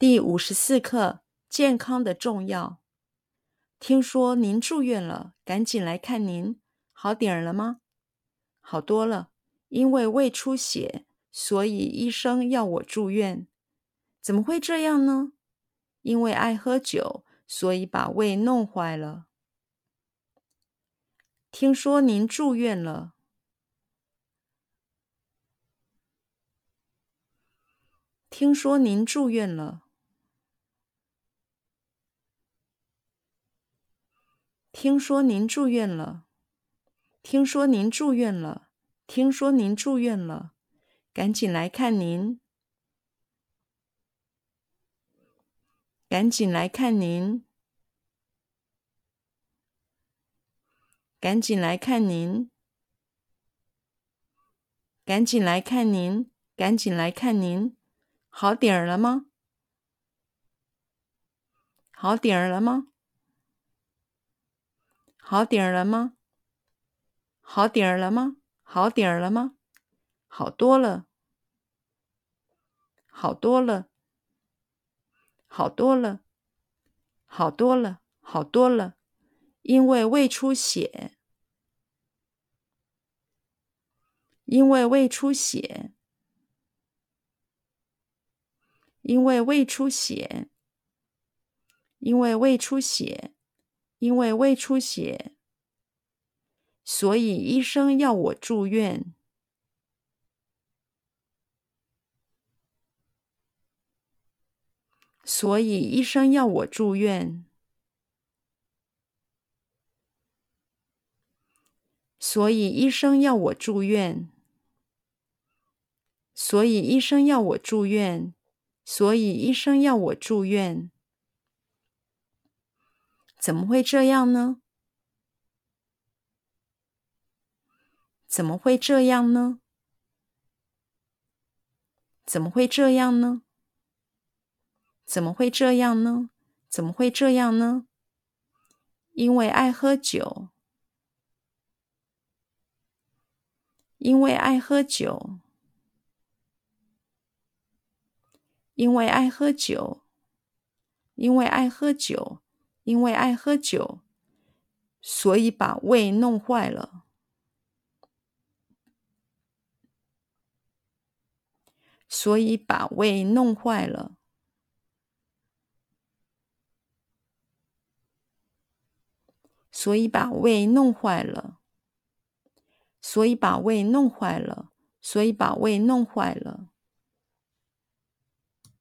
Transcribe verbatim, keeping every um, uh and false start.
第五十四课：健康的重要。听说您住院了，赶紧来看您，好点儿了吗？好多了，因为胃出血，所以医生要我住院。怎么会这样呢？因为爱喝酒，所以把胃弄坏了。听说您住院了。听说您住院了。听说您住院了。听说您住院了。听说您住院了，赶紧来看您。赶紧来看您。赶紧来看您。赶紧来看您。赶紧来看您，好点儿了吗？好点儿了吗？好点儿了吗？好点儿了吗？好点儿了吗？好多了。好多了。好多了。好多了。好多了。因为胃出血。因为胃出血。因为胃出血。因为胃出血。因为胃出血，所以医生要我住院。所以医生要我住院。所以医生要我住院。所以医生要我住院。所以医生要我住院。怎么会这样呢？怎么会这样呢？怎么会这样呢？怎么会这样呢？怎么会这样呢？因为爱喝酒。因为爱喝酒。因为爱喝酒。因为爱喝酒。因为爱喝酒，所以把胃弄坏了。所以把胃弄坏了。所以把胃弄坏了。所以把胃弄坏了。所以把胃弄坏了。